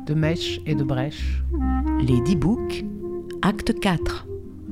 de Mèche et de Brèche. Lady Book, acte 4.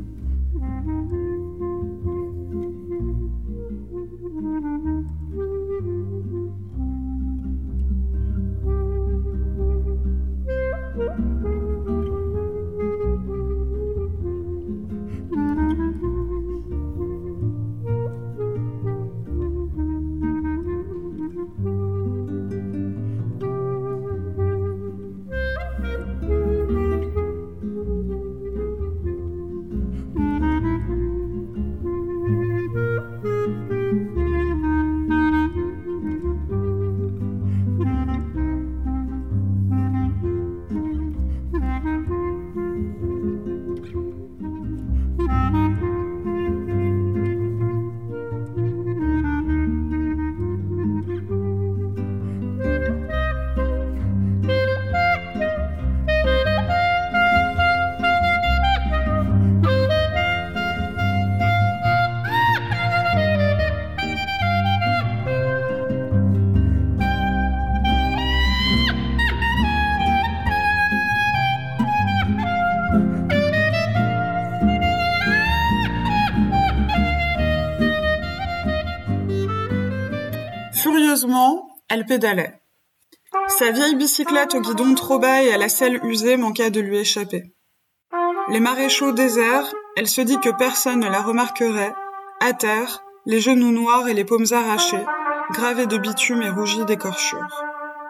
Furieusement, elle pédalait. Sa vieille bicyclette au guidon trop bas et à la selle usée manqua de lui échapper. Les maréchaux déserts, elle se dit que personne ne la remarquerait, à terre, les genoux noirs et les paumes arrachées, gravées de bitume et rougies d'écorchures.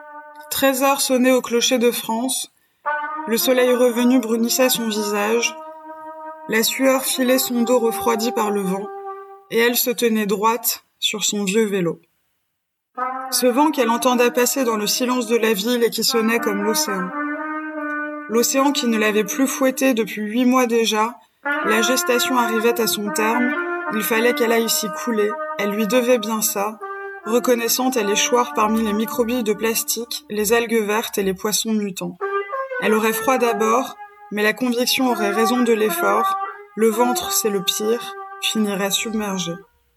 13 heures sonnaient au clocher de France, le soleil revenu brunissait son visage, la sueur filait son dos refroidi par le vent, et elle se tenait droite sur son vieux vélo. Ce vent qu'elle entendait passer dans le silence de la ville et qui sonnait comme l'océan. L'océan qui ne l'avait plus fouettée depuis 8 mois déjà, la gestation arrivait à son terme, il fallait qu'elle aille s'y couler, elle lui devait bien ça, reconnaissante à l'échoir parmi les microbilles de plastique, les algues vertes et les poissons mutants. Elle aurait froid d'abord, mais la conviction aurait raison de l'effort, le ventre c'est le pire, finirait submergé.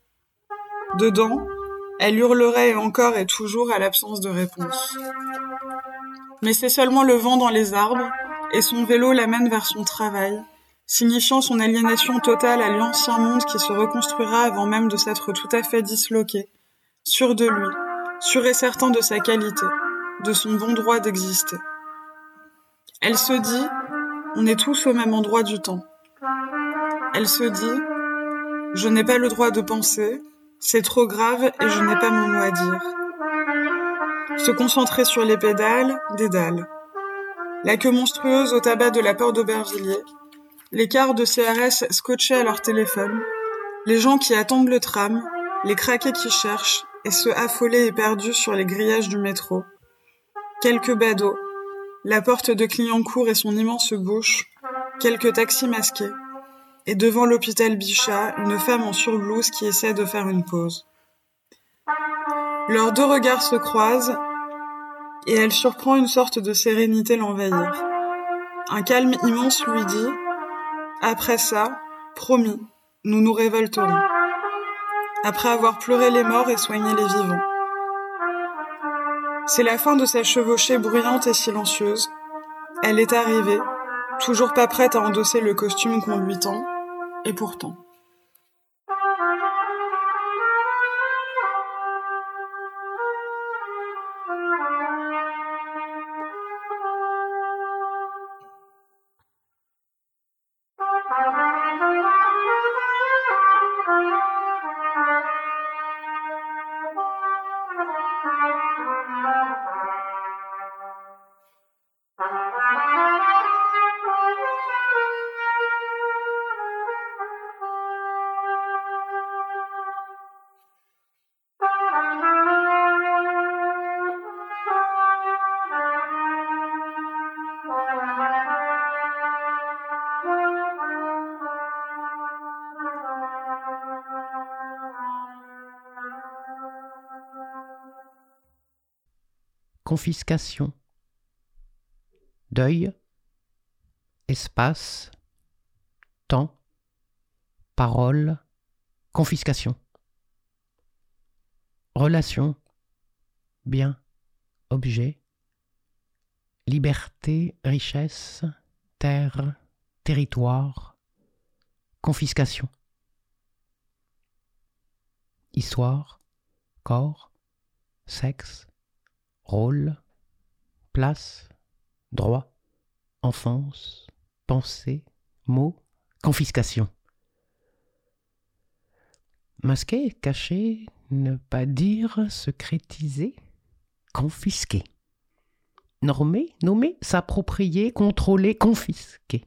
Dedans, elle hurlerait encore et toujours à l'absence de réponse. Mais c'est seulement le vent dans les arbres, et son vélo l'amène vers son travail, signifiant son aliénation totale à l'ancien monde qui se reconstruira avant même de s'être tout à fait disloqué, sûr de lui, sûr et certain de sa qualité, de son bon droit d'exister. Elle se dit, on est tous au même endroit du temps. Elle se dit, je n'ai pas le droit de penser, c'est trop grave et je n'ai pas mon mot à dire. Se concentrer sur les pédales, dédale. La queue monstrueuse au tabac de la porte d'Aubervilliers, les cars de CRS scotchés à leur téléphone, les gens qui attendent le tram, les craqués qui cherchent et ceux affolés et perdus sur les grillages du métro. Quelques badauds, la porte de Clignancourt et son immense bouche, quelques taxis masqués. Et devant l'hôpital Bichat, une femme en surblouse qui essaie de faire une pause. Leurs deux regards se croisent, et elle surprend une sorte de sérénité l'envahir. Un calme immense lui dit « Après ça, promis, nous nous révolterons. Après avoir pleuré les morts et soigné les vivants. » C'est la fin de sa chevauchée bruyante et silencieuse. Elle est arrivée, toujours pas prête à endosser le costume qu'on lui tend, et pourtant. Confiscation. Deuil, espace, temps, parole, confiscation. Relation, bien, objet, liberté, richesse, terre, territoire, confiscation. Histoire, corps, sexe, rôle, place, droit, enfance, pensée, mots, confiscation. Masquer, cacher, ne pas dire, secrétiser, confisquer. Normer, nommer, s'approprier, contrôler, confisquer.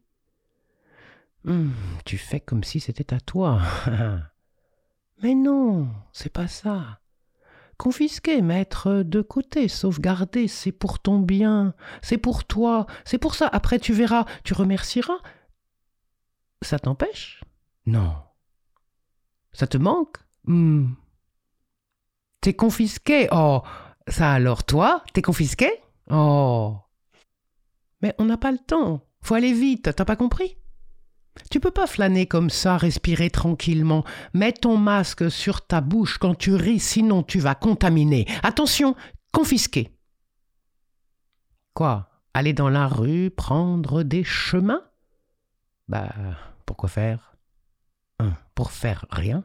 Tu fais comme si c'était à toi. Mais non, c'est pas ça. Confisquer, mettre de côté, sauvegarder, c'est pour ton bien, c'est pour toi, c'est pour ça. Après tu verras, tu remercieras. Ça t'empêche? Non. Ça te manque? T'es confisqué? Oh, ça alors toi, t'es confisqué? Oh. Mais on n'a pas le temps, faut aller vite, t'as pas compris? Tu peux pas flâner comme ça, respirer tranquillement. Mets ton masque sur ta bouche quand tu ris, sinon tu vas contaminer. Attention, confisquer. Quoi? Aller dans la rue, prendre des chemins? Pourquoi faire? Pour faire rien?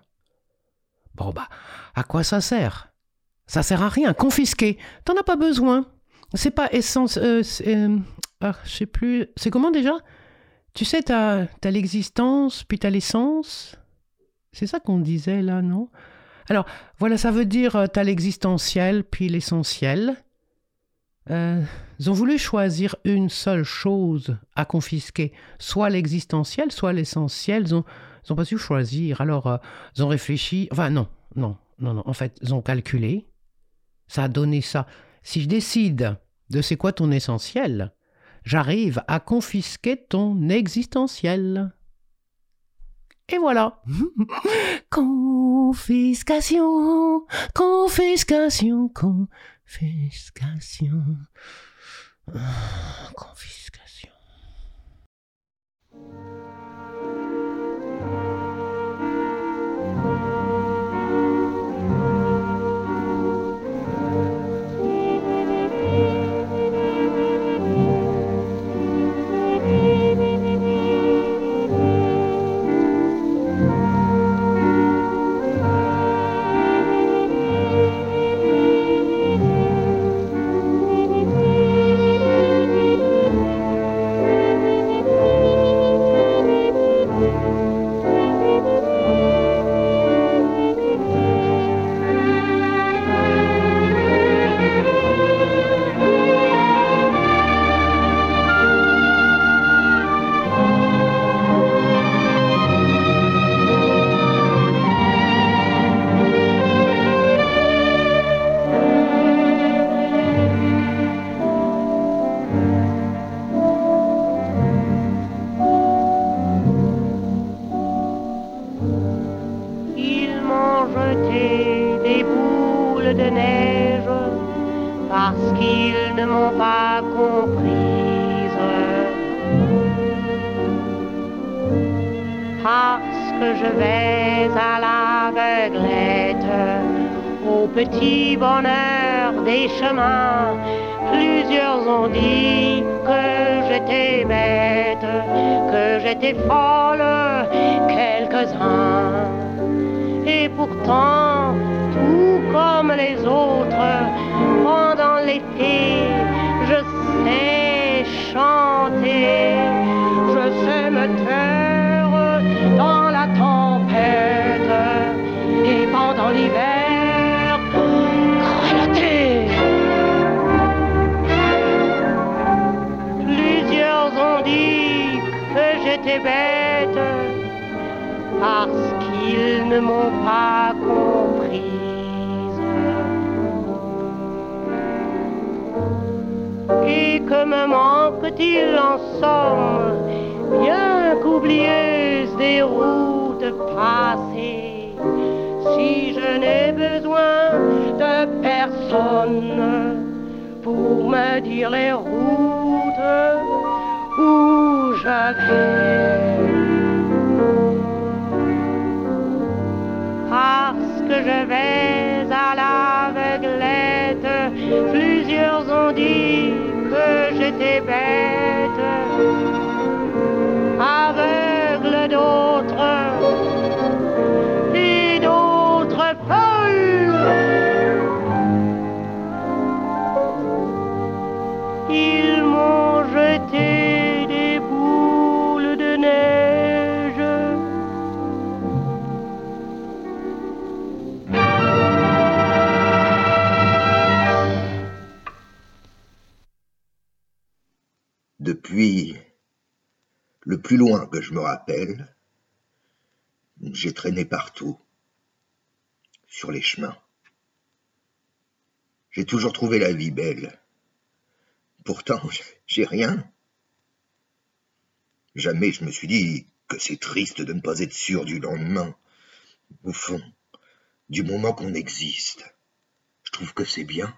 À quoi ça sert? Ça sert à rien, confisquer. T'en as pas besoin. C'est pas essence... je sais plus... C'est comment déjà? Tu sais, t'as l'existence, puis t'as l'essence. C'est ça qu'on disait là, non? Alors, voilà, ça veut dire t'as l'existentiel, puis l'essentiel. Ils ont voulu choisir une seule chose à confisquer. Soit l'existentiel, soit l'essentiel. Ils ont pas su choisir. Alors, ils ont réfléchi. Enfin, non. En fait, ils ont calculé. Ça a donné ça. Si je décide de c'est quoi ton essentiel... j'arrive à confisquer ton existentiel. Et voilà. Confiscation, confiscation, confiscation. Confiscation. Des boules de neige parce qu'ils ne m'ont pas comprise, parce que je vais à l'aveuglette au petit bonheur des chemins. Plusieurs ont dit que j'étais bête, que j'étais folle, quelques-uns. Et pourtant, tout comme les autres, pendant l'été, je sais chanter, je sais me taire dans la tempête, et pendant l'hiver, grelotter. Plusieurs ont dit que j'étais bête, parce qu'ils ne m'ont pas comprise. Et que me manque-t-il en somme, bien qu'oublieuse des routes passées, si je n'ai besoin de personne pour me dire les routes où je vais. Parce que je vais à l'aveuglette, plusieurs ont dit que j'étais des bêtes, aveugles d'autres et d'autres folles. Ils m'ont jeté des boules de neige. Depuis le plus loin que je me rappelle, j'ai traîné partout, sur les chemins. J'ai toujours trouvé la vie belle. Pourtant, j'ai rien. Jamais je me suis dit que c'est triste de ne pas être sûr du lendemain. Au fond, du moment qu'on existe, je trouve que c'est bien.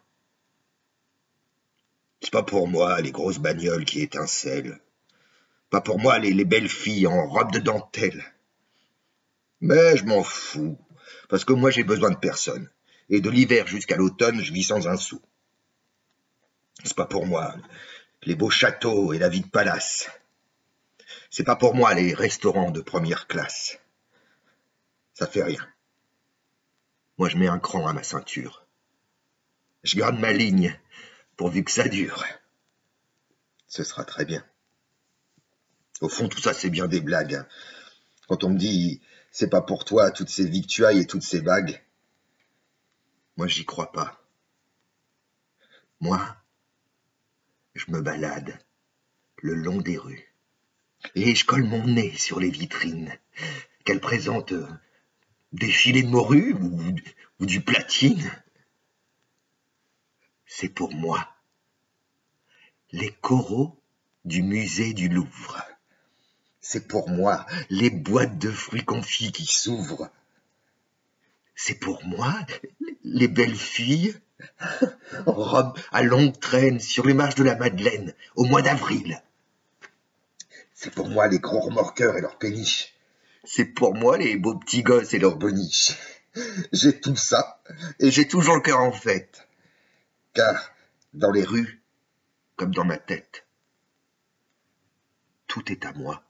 C'est pas pour moi les grosses bagnoles qui étincellent. Pas pour moi les belles filles en robe de dentelle. Mais je m'en fous, parce que moi j'ai besoin de personne. Et de l'hiver jusqu'à l'automne, je vis sans un sou. C'est pas pour moi les beaux châteaux et la vie de palace. C'est pas pour moi les restaurants de première classe. Ça fait rien. Moi je mets un cran à ma ceinture. Je garde ma ligne, pourvu que ça dure. Ce sera très bien. Au fond, tout ça, c'est bien des blagues. Hein. Quand on me dit, c'est pas pour toi, toutes ces victuailles et toutes ces bagues, moi, j'y crois pas. Moi, je me balade le long des rues et je colle mon nez sur les vitrines, qu'elles présentent des filets de morue ou du platine. C'est pour moi les coraux du musée du Louvre. C'est pour moi les boîtes de fruits confits qui s'ouvrent. C'est pour moi les belles filles en robe à longue traîne sur les marches de la Madeleine au mois d'avril. C'est pour moi les gros remorqueurs et leurs péniches. C'est pour moi les beaux petits gosses et leurs boniches. J'ai tout ça et j'ai toujours le cœur en fête. Car dans les rues, comme dans ma tête, tout est à moi.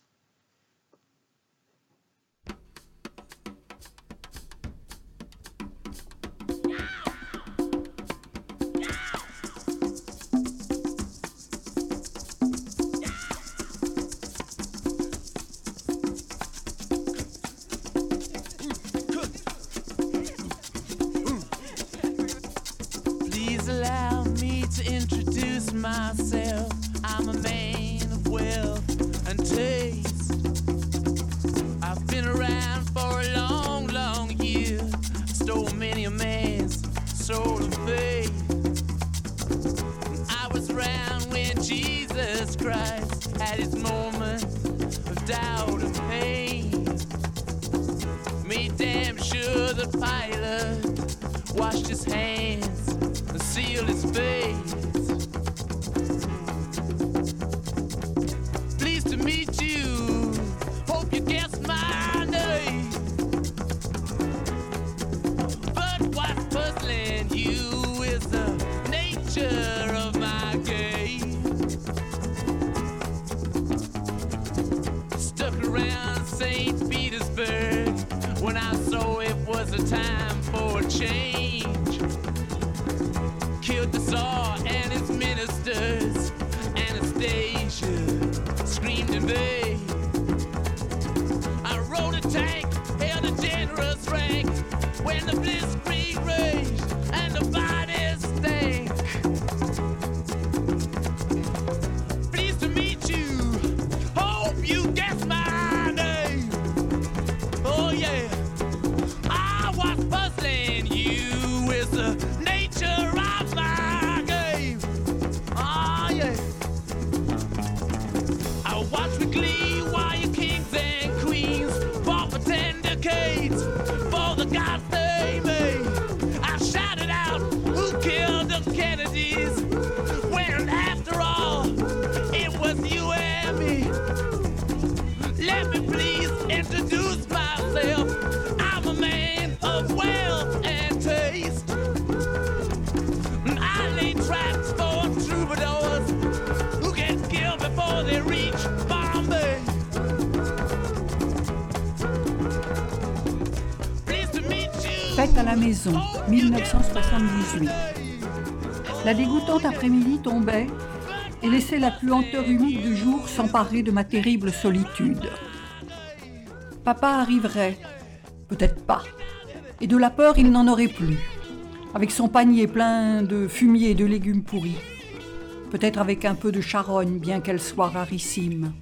Please allow me to introduce myself. I'm a man of wealth and taste. I've been around for a long, long year. Stole many a man's soul and faith. I was around when Jesus Christ had his moment of doubt and pain. Made damn sure the Pilate washed his hands and sealed his face. Pleased to meet you, hope you guessed my name. But what's puzzling you is the nature of my game. Stuck around St. Petersburg when I saw it was a time for a change. Killed the Tsar and his ministers. Anastasia screamed in vain. I rode a tank, held a generous rank when the blitzkrieg raged and the bodies stank. Pleased to meet you, hope you guessed my name. Oh yeah, I was puzzling you with the nature of my game. la maison, 1978. La dégoûtante après-midi tombait et laissait la puanteur humide du jour s'emparer de ma terrible solitude. Papa arriverait, peut-être pas, et de la peur il n'en aurait plus, avec son panier plein de fumier et de légumes pourris, peut-être avec un peu de charogne bien qu'elle soit rarissime.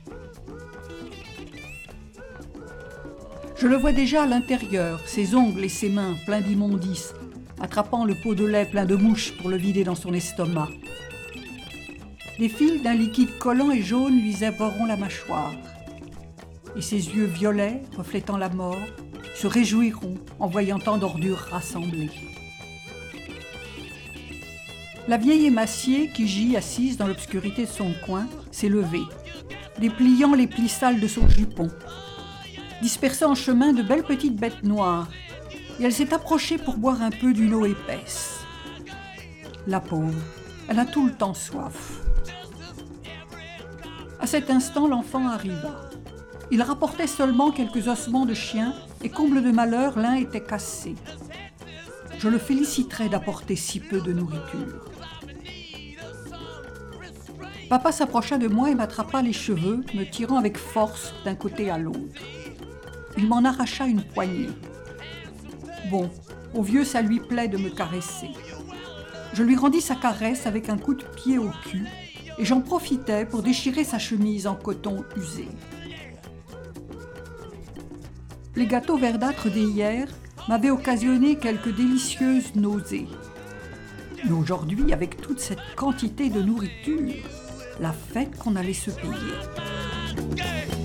Je le vois déjà à l'intérieur, ses ongles et ses mains pleins d'immondices, attrapant le pot de lait plein de mouches pour le vider dans son estomac. Des fils d'un liquide collant et jaune lui zèbreront la mâchoire. Et ses yeux violets, reflétant la mort, se réjouiront en voyant tant d'ordures rassemblées. La vieille émaciée qui gît assise dans l'obscurité de son coin s'est levée, dépliant les plis sales de son jupon, dispersant en chemin de belles petites bêtes noires, et elle s'est approchée pour boire un peu d'une eau épaisse. La pauvre, elle a tout le temps soif. À cet instant, l'enfant arriva. Il rapportait seulement quelques ossements de chien et comble de malheur, l'un était cassé. Je le féliciterais d'apporter si peu de nourriture. Papa s'approcha de moi et m'attrapa les cheveux, me tirant avec force d'un côté à l'autre. Il m'en arracha une poignée. Bon, au vieux, ça lui plaît de me caresser. Je lui rendis sa caresse avec un coup de pied au cul et j'en profitais pour déchirer sa chemise en coton usé. Les gâteaux verdâtres d'hier m'avaient occasionné quelques délicieuses nausées. Mais aujourd'hui, avec toute cette quantité de nourriture, la fête qu'on allait se payer.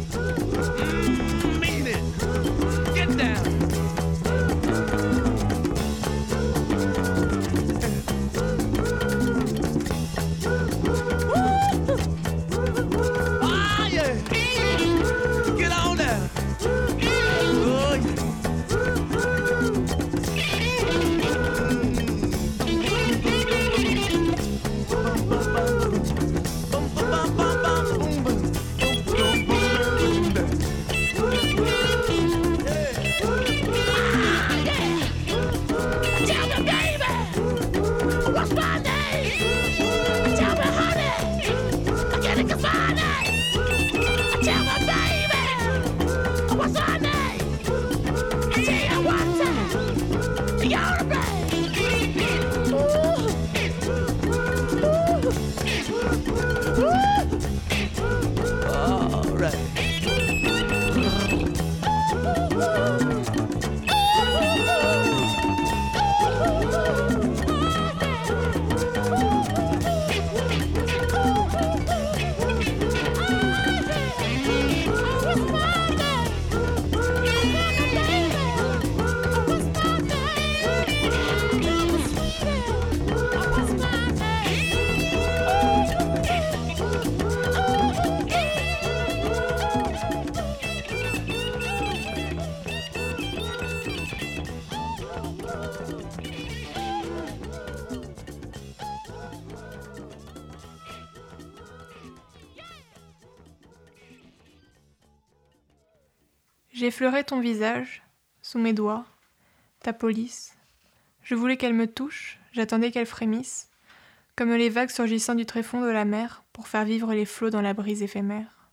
J'effleurais ton visage, sous mes doigts, ta police. Je voulais qu'elle me touche, j'attendais qu'elle frémisse, comme les vagues surgissant du tréfonds de la mer pour faire vivre les flots dans la brise éphémère.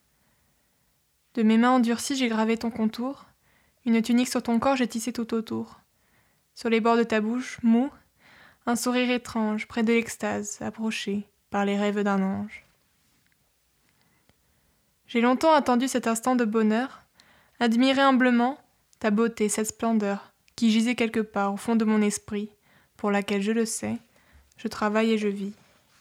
De mes mains endurcies, j'ai gravé ton contour, une tunique sur ton corps, j'ai tissé tout autour. Sur les bords de ta bouche, mou, un sourire étrange, près de l'extase, approché par les rêves d'un ange. J'ai longtemps attendu cet instant de bonheur, admiré humblement ta beauté, cette splendeur qui gisait quelque part au fond de mon esprit, pour laquelle, je le sais, je travaille et je vis.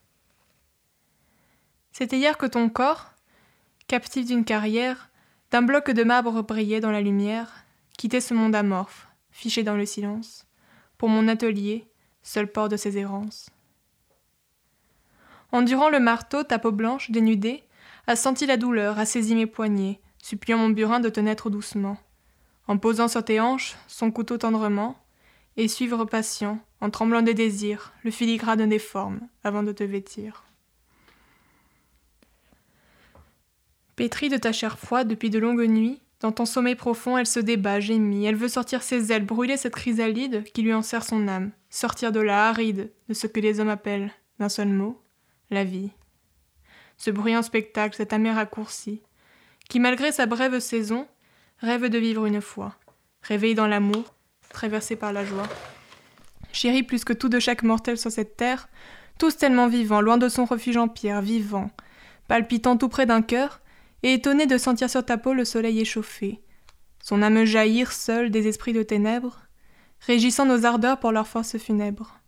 C'était hier que ton corps, captif d'une carrière, d'un bloc de marbre brillait dans la lumière, quittait ce monde amorphe, fiché dans le silence, pour mon atelier, seul port de ses errances. Endurant le marteau, ta peau blanche, dénudée, a senti la douleur, a saisi mes poignets, suppliant mon burin de te naître doucement, en posant sur tes hanches son couteau tendrement, et suivre patient, en tremblant des désirs, le filigrane des formes, avant de te vêtir. Pétri de ta chair froide depuis de longues nuits, Dans ton sommeil profond, elle se débat, gémit, elle veut sortir ses ailes, brûler cette chrysalide qui lui enserre son âme, sortir de la aride, de ce que les hommes appellent, d'un seul mot, la vie. Ce bruyant spectacle, cet amer raccourci, qui malgré sa brève saison, rêve de vivre une fois, réveillé dans l'amour, traversé par la joie. Chéri plus que tout de chaque mortel sur cette terre, tous tellement vivants, loin de son refuge en pierre, vivants, palpitant tout près d'un cœur, et étonné de sentir sur ta peau le soleil échauffé, son âme jaillir seule des esprits de ténèbres, régissant nos ardeurs pour leur force funèbre.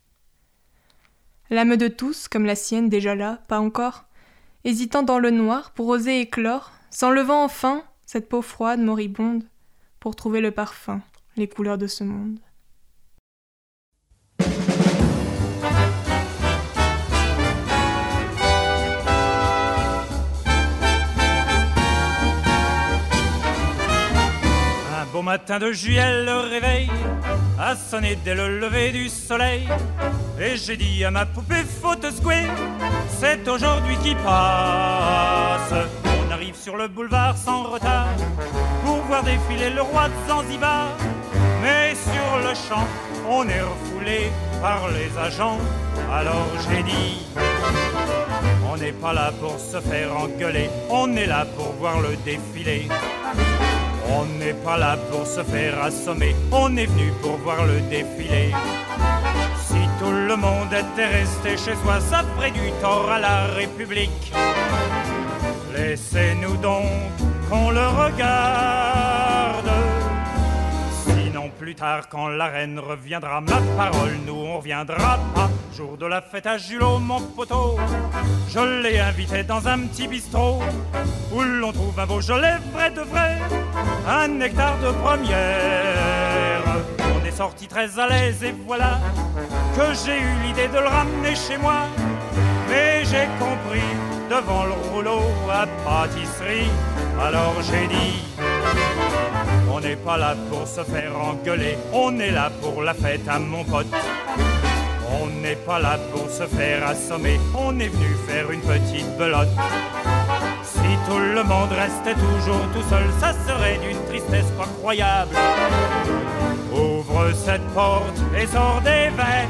L'âme de tous, comme la sienne déjà là, pas encore, hésitant dans le noir pour oser éclore, s'enlevant enfin, cette peau froide, moribonde, pour trouver le parfum, les couleurs de ce monde. Beau matin de juillet, le réveil a sonné dès le lever du soleil. Et j'ai dit à ma poupée, faut te secouer, c'est aujourd'hui qui passe. On arrive sur le boulevard sans retard pour voir défiler le roi de Zanzibar. Mais sur le champ, on est refoulé par les agents. Alors j'ai dit, on n'est pas là pour se faire engueuler, on est là pour voir le défilé. On n'est pas là pour se faire assommer, on est venu pour voir le défilé. Si tout le monde était resté chez soi, ça ferait du tort à la République. Laissez-nous donc qu'on le regarde. Sinon plus tard quand la reine reviendra, ma parole, nous on reviendra pas. Jour de la fête à Julot, mon poteau, je l'ai invité dans un petit bistrot où l'on trouve un Beaujolais vrai de vrai, un nectar de première. On est sorti très à l'aise et voilà que j'ai eu l'idée de le ramener chez moi. Mais j'ai compris devant le rouleau à pâtisserie. Alors j'ai dit, on n'est pas là pour se faire engueuler, on est là pour la fête à mon pote. On n'est pas là pour se faire assommer, on est venu faire une petite belote. Si tout le monde restait toujours tout seul, ça serait d'une tristesse pas croyable. Ouvre cette porte et sors des verres.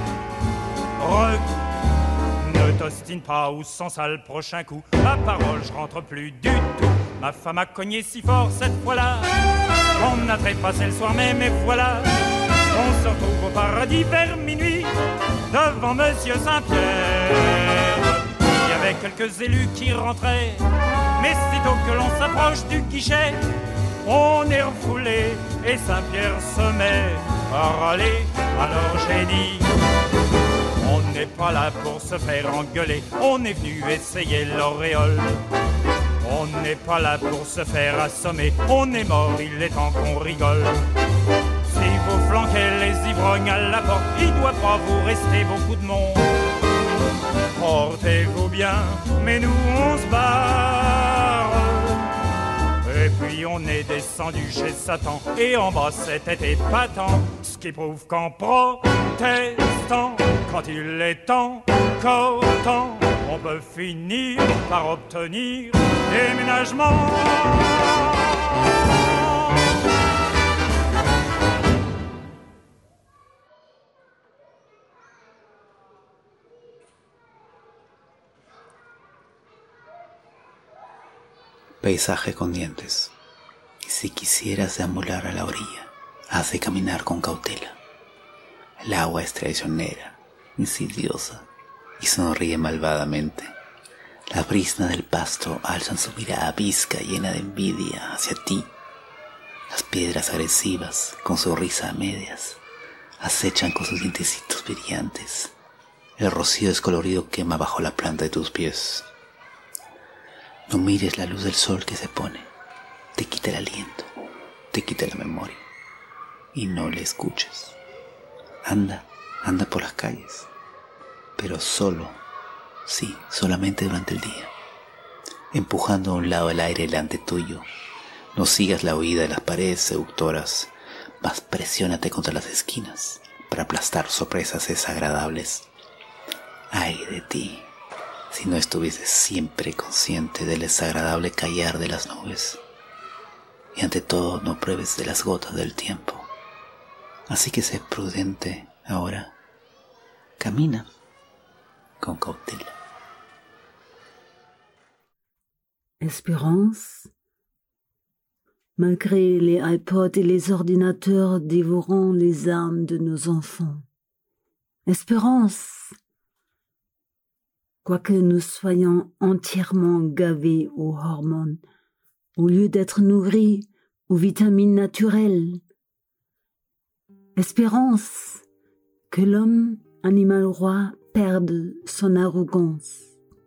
Ne t'ostine pas ou sans ça le prochain coup. Ma parole, je rentre plus du tout. Ma femme a cogné si fort cette fois-là qu'on a trépassé le soir même et voilà. On se retrouve au paradis vers minuit devant Monsieur Saint-Pierre. Il y avait quelques élus qui rentraient, mais sitôt que l'on s'approche du guichet, on est refoulé et Saint-Pierre se met à râler. Alors j'ai dit, on n'est pas là pour se faire engueuler, on est venu essayer l'auréole. On n'est pas là pour se faire assommer, on est mort, il est temps qu'on rigole. Si vous flanquez les ivrognes à la porte, il doit pas vous rester beaucoup de monde. Portez-vous bien, mais nous on se barre. Et puis on est descendu chez Satan, et en bas c'était épatant. Ce qui prouve qu'en protestant, quand il est encore temps, on peut finir par obtenir déménagement. Paisaje con dientes. Y si quisieras deambular a la orilla, has de caminar con cautela. El agua es traicionera, insidiosa, y sonríe malvadamente. Las brisnas del pasto alzan su mirada visca llena de envidia hacia ti. Las piedras agresivas, con su risa a medias, acechan con sus dientecitos brillantes. El rocío descolorido quema bajo la planta de tus pies. No mires la luz del sol que se pone, te quita el aliento, te quita la memoria, y no le escuches. Anda por las calles, pero solo, sí, solamente durante el día, empujando a un lado el aire delante tuyo. No sigas la huida de las paredes seductoras, mas presiónate contra las esquinas para aplastar sorpresas desagradables. Ay de ti, si no estuvieses siempre consciente del desagradable callar de las nubes. y ante todo no pruebes de las gotas del tiempo. Así que sé prudente ahora. Camina con cautela. Espérance, malgré les iPods et les ordinateurs dévorant les âmes de nos enfants. Espérance, quoique nous soyons entièrement gavés aux hormones, au lieu d'être nourris aux vitamines naturelles. Espérance que l'homme, animal roi, perde son arrogance.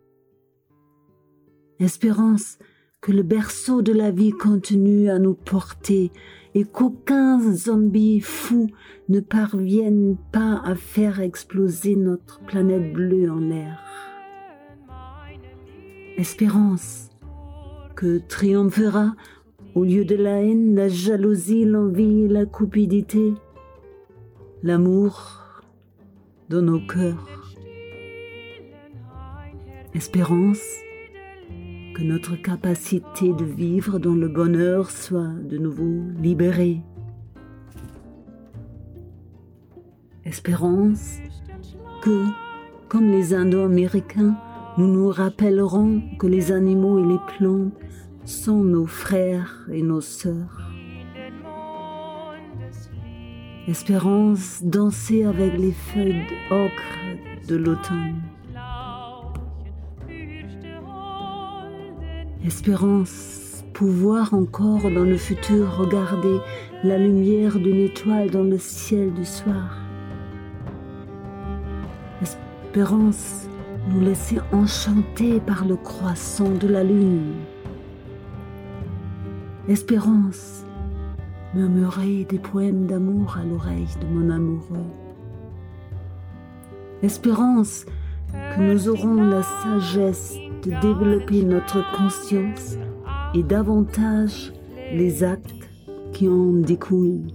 Espérance que le berceau de la vie continue à nous porter et qu'aucun zombie fou ne parvienne pas à faire exploser notre planète bleue en l'air. Espérance que triomphera, au lieu de la haine, la jalousie, l'envie et la cupidité, l'amour dans nos cœurs. Espérance que notre capacité de vivre dans le bonheur soit de nouveau libérée. Espérance que, comme les Indo-Américains, nous nous rappellerons que les animaux et les plantes sont nos frères et nos sœurs. Espérance danser avec les feuilles d'ocre de l'automne. Espérance pouvoir encore dans le futur regarder la lumière d'une étoile dans le ciel du soir. Espérance nous laisser enchanter par le croissant de la lune. Espérance murmurer des poèmes d'amour à l'oreille de mon amoureux. Espérance que nous aurons la sagesse de développer notre conscience et davantage les actes qui en découlent.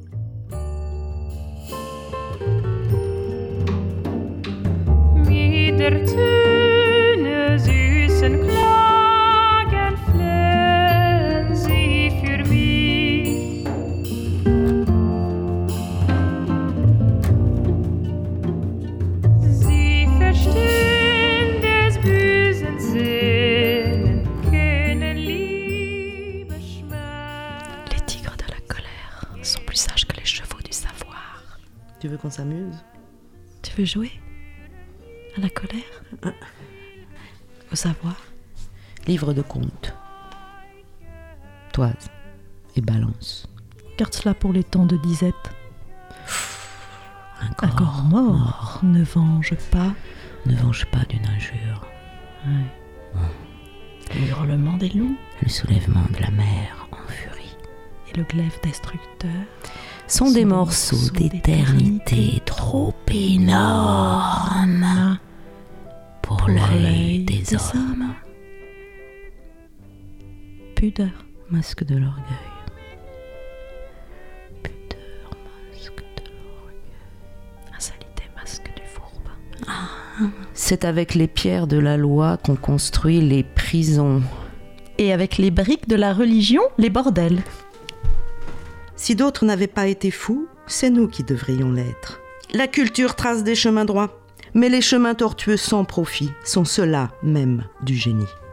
Tu veux qu'on s'amuse? Tu veux jouer? À la colère? Au savoir? Livre de contes. Toise et balance. Garde cela pour les temps de disette. Un corps mort. Ne venge pas. Ne venge pas d'une injure. Le hurlement des loups. Le soulèvement de la mer en furie. Et le glaive destructeur sont des morceaux d'éternité trop énormes pour l'œil des hommes. Pudeur, masque de l'orgueil. Pudeur, masque de l'orgueil. Insalité, masque du fourbe. C'est avec les pierres de la loi qu'on construit les prisons. Et avec les briques de la religion, les bordels. Si d'autres n'avaient pas été fous, c'est nous qui devrions l'être. La culture trace des chemins droits, mais les chemins tortueux sans profit sont ceux-là même du génie.